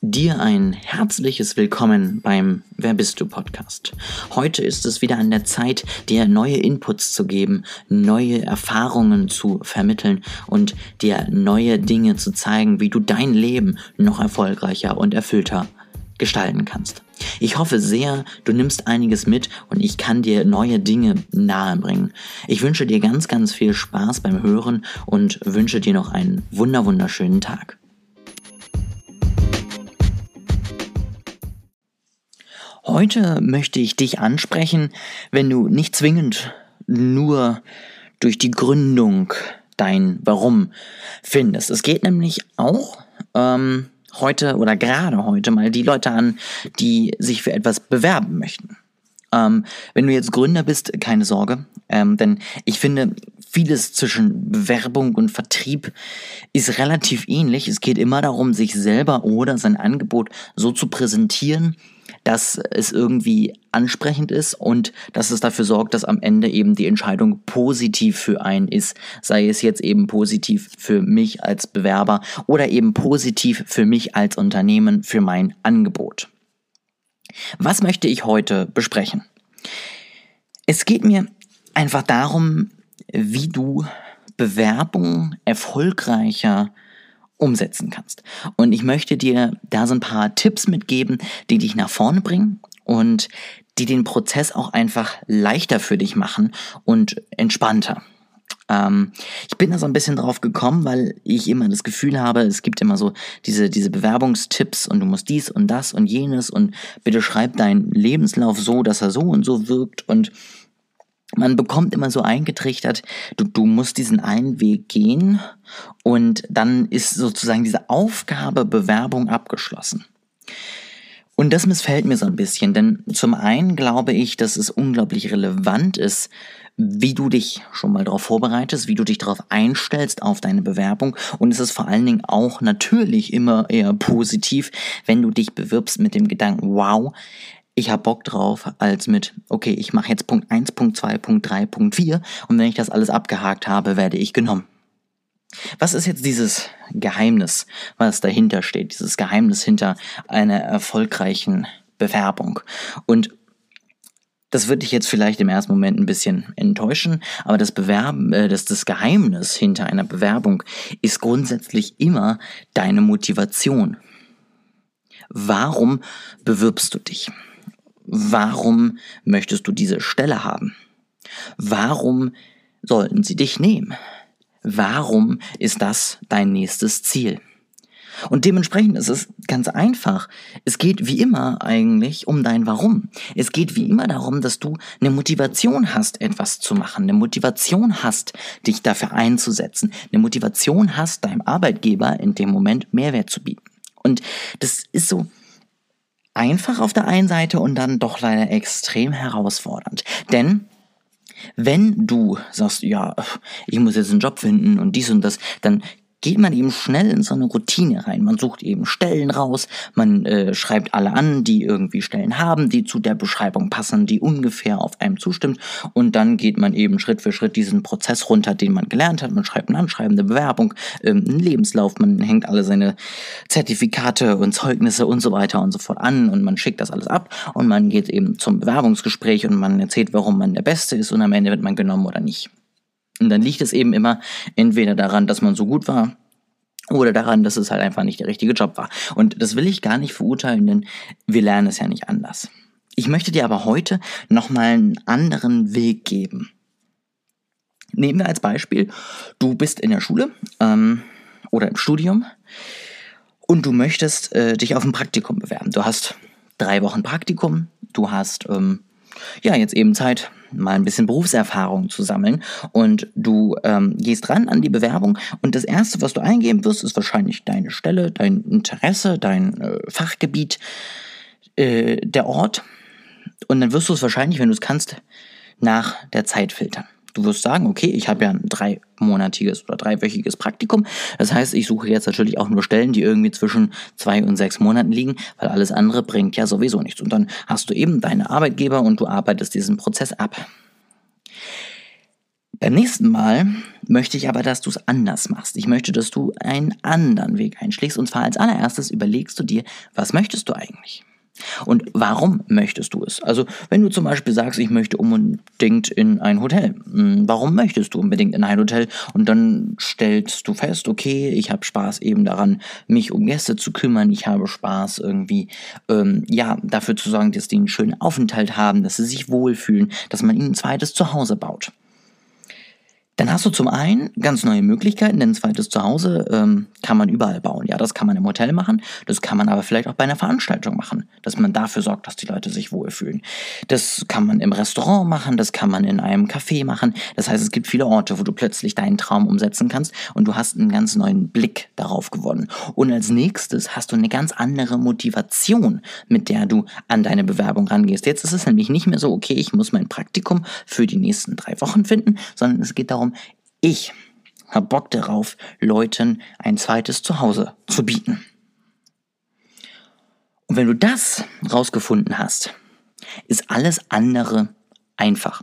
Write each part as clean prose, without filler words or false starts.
Dir ein herzliches Willkommen beim Wer bist du Podcast. Heute ist es wieder an der Zeit, dir neue Inputs zu geben, neue Erfahrungen zu vermitteln und dir neue Dinge zu zeigen, wie du dein Leben noch erfolgreicher und erfüllter gestalten kannst. Ich hoffe sehr, du nimmst einiges mit und ich kann dir neue Dinge nahebringen. Ich wünsche dir ganz, ganz viel Spaß beim Hören und wünsche dir noch einen wunderschönen Tag. Heute möchte ich dich ansprechen, wenn du nicht zwingend nur durch die Gründung dein Warum findest. Es geht nämlich auch heute oder gerade heute mal die Leute an, die sich für etwas bewerben möchten. Wenn du jetzt Gründer bist, keine Sorge, denn ich finde, vieles zwischen Bewerbung und Vertrieb ist relativ ähnlich. Es geht immer darum, sich selber oder sein Angebot so zu präsentieren, dass es irgendwie ansprechend ist und dass es dafür sorgt, dass am Ende eben die Entscheidung positiv für einen ist. Sei es jetzt eben positiv für mich als Bewerber oder eben positiv für mich als Unternehmen, für mein Angebot. Was möchte ich heute besprechen? Es geht mir einfach darum, wie du Bewerbung erfolgreicher umsetzen kannst. Und ich möchte dir da so ein paar Tipps mitgeben, die dich nach vorne bringen und die den Prozess auch einfach leichter für dich machen und entspannter. Ich bin da so ein bisschen drauf gekommen, weil ich immer das Gefühl habe, es gibt immer so diese Bewerbungstipps und du musst dies und das und jenes und bitte schreib deinen Lebenslauf so, dass er so und so wirkt und man bekommt immer so eingetrichtert, du musst diesen einen Weg gehen und dann ist sozusagen diese Aufgabe Bewerbung abgeschlossen. Und das missfällt mir so ein bisschen, denn zum einen glaube ich, dass es unglaublich relevant ist, wie du dich schon mal darauf vorbereitest, wie du dich darauf einstellst auf deine Bewerbung. Und es ist vor allen Dingen auch natürlich immer eher positiv, wenn du dich bewirbst mit dem Gedanken, wow, ich habe Bock drauf, als mit, okay, ich mache jetzt Punkt 1, Punkt 2, Punkt 3, Punkt 4 und wenn ich das alles abgehakt habe, werde ich genommen. Was ist jetzt dieses Geheimnis, was dahinter steht, dieses Geheimnis hinter einer erfolgreichen Bewerbung? Und das wird dich jetzt vielleicht im ersten Moment ein bisschen enttäuschen, aber das Geheimnis hinter einer Bewerbung ist grundsätzlich immer deine Motivation. Warum bewirbst du dich? Warum möchtest du diese Stelle haben? Warum sollten sie dich nehmen? Warum ist das dein nächstes Ziel? Und dementsprechend ist es ganz einfach. Es geht wie immer eigentlich um dein Warum. Es geht wie immer darum, dass du eine Motivation hast, etwas zu machen. Eine Motivation hast, dich dafür einzusetzen. Eine Motivation hast, deinem Arbeitgeber in dem Moment Mehrwert zu bieten. Und das ist so einfach auf der einen Seite und dann doch leider extrem herausfordernd. Denn wenn du sagst, ja, ich muss jetzt einen Job finden und dies und das, dann geht man eben schnell in so eine Routine rein. Man sucht eben Stellen raus, man schreibt alle an, die irgendwie Stellen haben, die zu der Beschreibung passen, die ungefähr auf einem zustimmt und dann geht man eben Schritt für Schritt diesen Prozess runter, den man gelernt hat. Man schreibt ein Anschreiben, eine Bewerbung, einen Lebenslauf, man hängt alle seine Zertifikate und Zeugnisse und so weiter und so fort an und man schickt das alles ab und man geht eben zum Bewerbungsgespräch und man erzählt, warum man der Beste ist und am Ende wird man genommen oder nicht. Und dann liegt es eben immer entweder daran, dass man so gut war oder daran, dass es halt einfach nicht der richtige Job war. Und das will ich gar nicht verurteilen, denn wir lernen es ja nicht anders. Ich möchte dir aber heute nochmal einen anderen Weg geben. Nehmen wir als Beispiel, du bist in der Schule oder im Studium und du möchtest dich auf ein Praktikum bewerben. Du hast 3 Wochen Praktikum, du hast jetzt eben Zeit, mal ein bisschen Berufserfahrung zu sammeln und du gehst ran an die Bewerbung und das Erste, was du eingeben wirst, ist wahrscheinlich deine Stelle, dein Interesse, dein Fachgebiet, der Ort und dann wirst du es wahrscheinlich, wenn du es kannst, nach der Zeit filtern. Du wirst sagen, okay, ich habe ja ein 3-monatiges oder 3-wöchiges Praktikum. Das heißt, ich suche jetzt natürlich auch nur Stellen, die irgendwie zwischen 2 und 6 Monaten liegen, weil alles andere bringt ja sowieso nichts. Und dann hast du eben deine Arbeitgeber und du arbeitest diesen Prozess ab. Beim nächsten Mal möchte ich aber, dass du es anders machst. Ich möchte, dass du einen anderen Weg einschlägst. Und zwar als allererstes überlegst du dir, was möchtest du eigentlich? Und warum möchtest du es? Also, wenn du zum Beispiel sagst, ich möchte unbedingt in ein Hotel. Warum möchtest du unbedingt in ein Hotel? Und dann stellst du fest, okay, ich habe Spaß eben daran, mich um Gäste zu kümmern. Ich habe Spaß irgendwie, dafür zu sorgen, dass die einen schönen Aufenthalt haben, dass sie sich wohlfühlen, dass man ihnen ein zweites Zuhause baut. Dann hast du zum einen ganz neue Möglichkeiten, denn ein zweites Zuhause kann man überall bauen. Ja, das kann man im Hotel machen, das kann man aber vielleicht auch bei einer Veranstaltung machen, dass man dafür sorgt, dass die Leute sich wohlfühlen. Das kann man im Restaurant machen, das kann man in einem Café machen. Das heißt, es gibt viele Orte, wo du plötzlich deinen Traum umsetzen kannst und du hast einen ganz neuen Blick darauf gewonnen. Und als nächstes hast du eine ganz andere Motivation, mit der du an deine Bewerbung rangehst. Jetzt ist es nämlich nicht mehr so, okay, ich muss mein Praktikum für die nächsten 3 Wochen finden, sondern es geht darum, ich habe Bock darauf, Leuten ein zweites Zuhause zu bieten. Und wenn du das rausgefunden hast, ist alles andere einfach.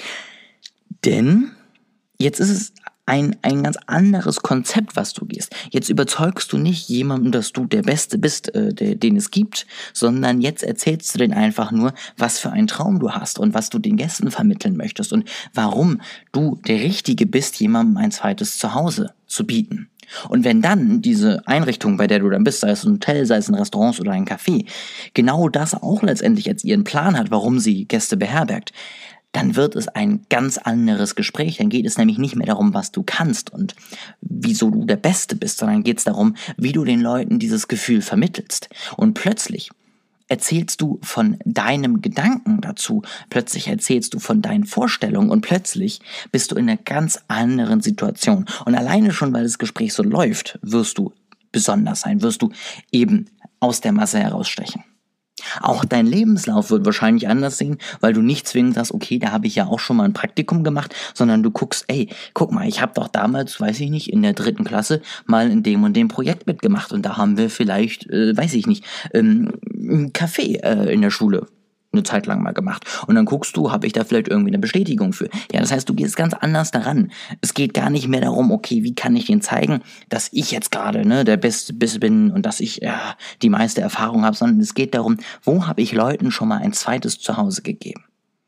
Denn jetzt ist es ein ganz anderes Konzept, was du gehst. Jetzt überzeugst du nicht jemanden, dass du der Beste bist, den es gibt, sondern jetzt erzählst du denen einfach nur, was für einen Traum du hast und was du den Gästen vermitteln möchtest und warum du der Richtige bist, jemandem ein zweites Zuhause zu bieten. Und wenn dann diese Einrichtung, bei der du dann bist, sei es ein Hotel, sei es ein Restaurant oder ein Café, genau das auch letztendlich als ihren Plan hat, warum sie Gäste beherbergt, dann wird es ein ganz anderes Gespräch. Dann geht es nämlich nicht mehr darum, was du kannst und wieso du der Beste bist, sondern geht es darum, wie du den Leuten dieses Gefühl vermittelst. Und plötzlich erzählst du von deinem Gedanken dazu, plötzlich erzählst du von deinen Vorstellungen und plötzlich bist du in einer ganz anderen Situation. Und alleine schon, weil das Gespräch so läuft, wirst du besonders sein, wirst du eben aus der Masse herausstechen. Auch dein Lebenslauf wird wahrscheinlich anders sehen, weil du nicht zwingend sagst, okay, da habe ich ja auch schon mal ein Praktikum gemacht, sondern du guckst, ey, guck mal, ich habe doch damals, weiß ich nicht, in der 3. Klasse mal in dem und dem Projekt mitgemacht und da haben wir vielleicht, weiß ich nicht, ein Café in der Schule eine Zeit lang mal gemacht. Und dann guckst du, habe ich da vielleicht irgendwie eine Bestätigung für? Ja, das heißt, du gehst ganz anders daran. Es geht gar nicht mehr darum, okay, wie kann ich denen zeigen, dass ich jetzt gerade der Beste bin und dass ich die meiste Erfahrung habe, sondern es geht darum, wo habe ich Leuten schon mal ein zweites Zuhause gegeben?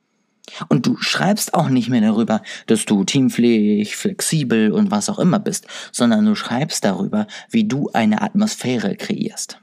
Und du schreibst auch nicht mehr darüber, dass du teamfähig, flexibel und was auch immer bist, sondern du schreibst darüber, wie du eine Atmosphäre kreierst.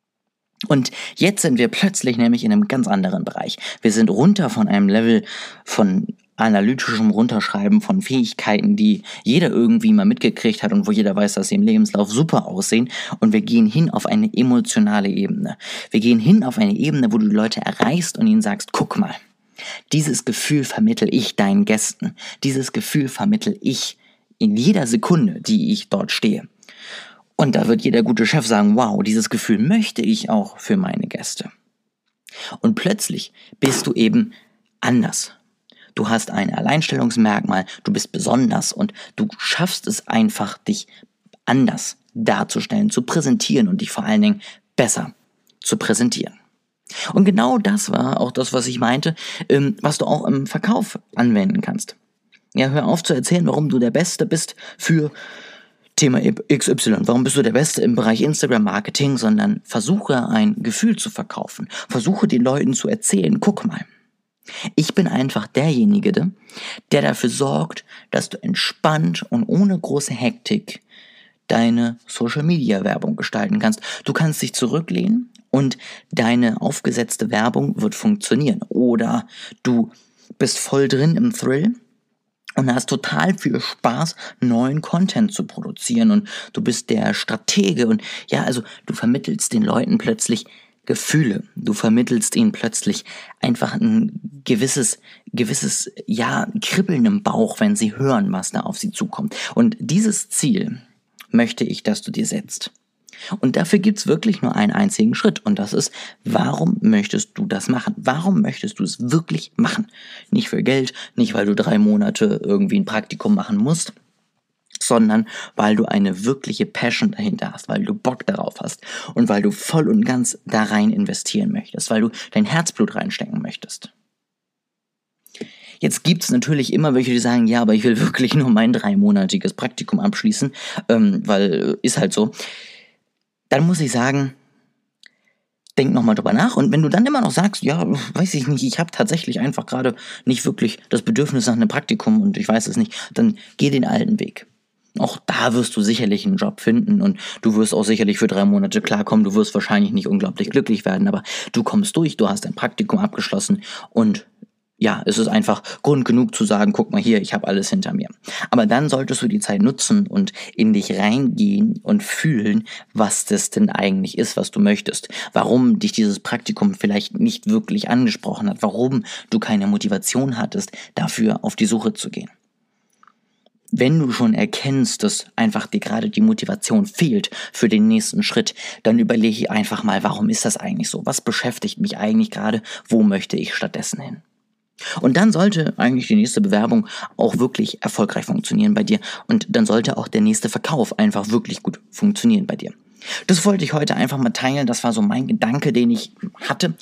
Und jetzt sind wir plötzlich nämlich in einem ganz anderen Bereich. Wir sind runter von einem Level von analytischem Runterschreiben von Fähigkeiten, die jeder irgendwie mal mitgekriegt hat und wo jeder weiß, dass sie im Lebenslauf super aussehen. Und wir gehen hin auf eine emotionale Ebene. Wir gehen hin auf eine Ebene, wo du die Leute erreichst und ihnen sagst, guck mal, dieses Gefühl vermittel ich deinen Gästen. Dieses Gefühl vermittel ich in jeder Sekunde, die ich dort stehe. Und da wird jeder gute Chef sagen, wow, dieses Gefühl möchte ich auch für meine Gäste. Und plötzlich bist du eben anders. Du hast ein Alleinstellungsmerkmal, du bist besonders und du schaffst es einfach, dich anders darzustellen, zu präsentieren und dich vor allen Dingen besser zu präsentieren. Und genau das war auch das, was ich meinte, was du auch im Verkauf anwenden kannst. Ja, hör auf zu erzählen, warum du der Beste bist für Thema XY. Warum bist du der Beste im Bereich Instagram-Marketing, sondern versuche ein Gefühl zu verkaufen. Versuche den Leuten zu erzählen, guck mal, ich bin einfach derjenige, der dafür sorgt, dass du entspannt und ohne große Hektik deine Social-Media-Werbung gestalten kannst. Du kannst dich zurücklehnen und deine aufgesetzte Werbung wird funktionieren. Oder du bist voll drin im Thrill und hast total viel Spaß, neuen Content zu produzieren und du bist der Stratege und ja, also du vermittelst den Leuten plötzlich Gefühle. Du vermittelst ihnen plötzlich einfach ein gewisses Kribbeln im Bauch, wenn sie hören, was da auf sie zukommt. Und dieses Ziel möchte ich, dass du dir setzt. Und dafür gibt's wirklich nur einen einzigen Schritt. Und das ist, warum möchtest du das machen? Warum möchtest du es wirklich machen? Nicht für Geld, nicht weil du 3 Monate irgendwie ein Praktikum machen musst, sondern weil du eine wirkliche Passion dahinter hast, weil du Bock darauf hast und weil du voll und ganz da rein investieren möchtest, weil du dein Herzblut reinstecken möchtest. Jetzt gibt es natürlich immer welche, die sagen, ja, aber ich will wirklich nur mein 3-monatiges Praktikum abschließen, weil ist halt so. Dann muss ich sagen, denk nochmal drüber nach, und wenn du dann immer noch sagst, ja, weiß ich nicht, ich habe tatsächlich einfach gerade nicht wirklich das Bedürfnis nach einem Praktikum und ich weiß es nicht, dann geh den alten Weg. Auch da wirst du sicherlich einen Job finden und du wirst auch sicherlich für 3 Monate klarkommen. Du wirst wahrscheinlich nicht unglaublich glücklich werden, aber du kommst durch, du hast dein Praktikum abgeschlossen und ja, es ist einfach Grund genug zu sagen, guck mal hier, ich habe alles hinter mir. Aber dann solltest du die Zeit nutzen und in dich reingehen und fühlen, was das denn eigentlich ist, was du möchtest. Warum dich dieses Praktikum vielleicht nicht wirklich angesprochen hat, warum du keine Motivation hattest, dafür auf die Suche zu gehen. Wenn du schon erkennst, dass einfach dir gerade die Motivation fehlt für den nächsten Schritt, dann überlege einfach mal, warum ist das eigentlich so? Was beschäftigt mich eigentlich gerade? Wo möchte ich stattdessen hin? Und dann sollte eigentlich die nächste Bewerbung auch wirklich erfolgreich funktionieren bei dir. Und dann sollte auch der nächste Verkauf einfach wirklich gut funktionieren bei dir. Das wollte ich heute einfach mal teilen. Das war so mein Gedanke, den ich hatte.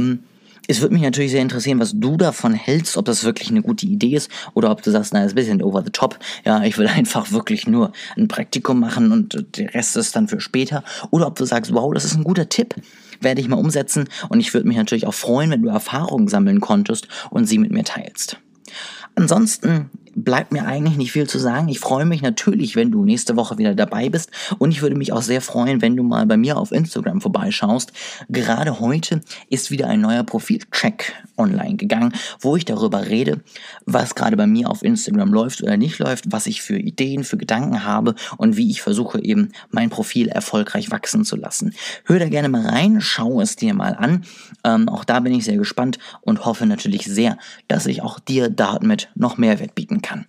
Es würde mich natürlich sehr interessieren, was du davon hältst, ob das wirklich eine gute Idee ist oder ob du sagst, na, das ist ein bisschen over the top. Ja, ich will einfach wirklich nur ein Praktikum machen und der Rest ist dann für später. Oder ob du sagst, wow, das ist ein guter Tipp, werde ich mal umsetzen. Und ich würde mich natürlich auch freuen, wenn du Erfahrungen sammeln konntest und sie mit mir teilst. Ansonsten bleibt mir eigentlich nicht viel zu sagen. Ich freue mich natürlich, wenn du nächste Woche wieder dabei bist, und ich würde mich auch sehr freuen, wenn du mal bei mir auf Instagram vorbeischaust. Gerade heute ist wieder ein neuer Profilcheck online gegangen, wo ich darüber rede, was gerade bei mir auf Instagram läuft oder nicht läuft, was ich für Ideen, für Gedanken habe und wie ich versuche eben mein Profil erfolgreich wachsen zu lassen. Hör da gerne mal rein, schau es dir mal an. Auch da bin ich sehr gespannt und hoffe natürlich sehr, dass ich auch dir damit noch Mehrwert bieten kann.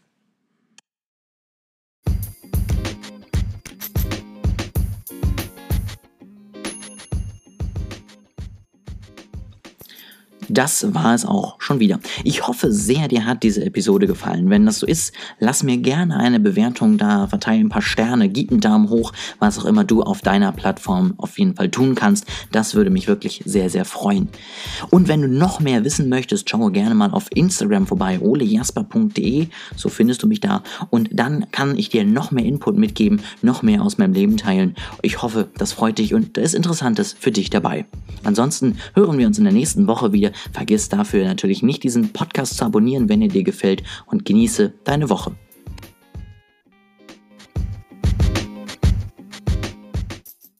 Das war es auch schon wieder. Ich hoffe sehr, dir hat diese Episode gefallen. Wenn das so ist, lass mir gerne eine Bewertung da, verteile ein paar Sterne, gib einen Daumen hoch, was auch immer du auf deiner Plattform auf jeden Fall tun kannst. Das würde mich wirklich sehr, sehr freuen. Und wenn du noch mehr wissen möchtest, schaue gerne mal auf Instagram vorbei, olejasper.de, so findest du mich da. Und dann kann ich dir noch mehr Input mitgeben, noch mehr aus meinem Leben teilen. Ich hoffe, das freut dich und da ist Interessantes für dich dabei. Ansonsten hören wir uns in der nächsten Woche wieder. Vergiss dafür natürlich nicht, diesen Podcast zu abonnieren, wenn er dir gefällt, und genieße deine Woche.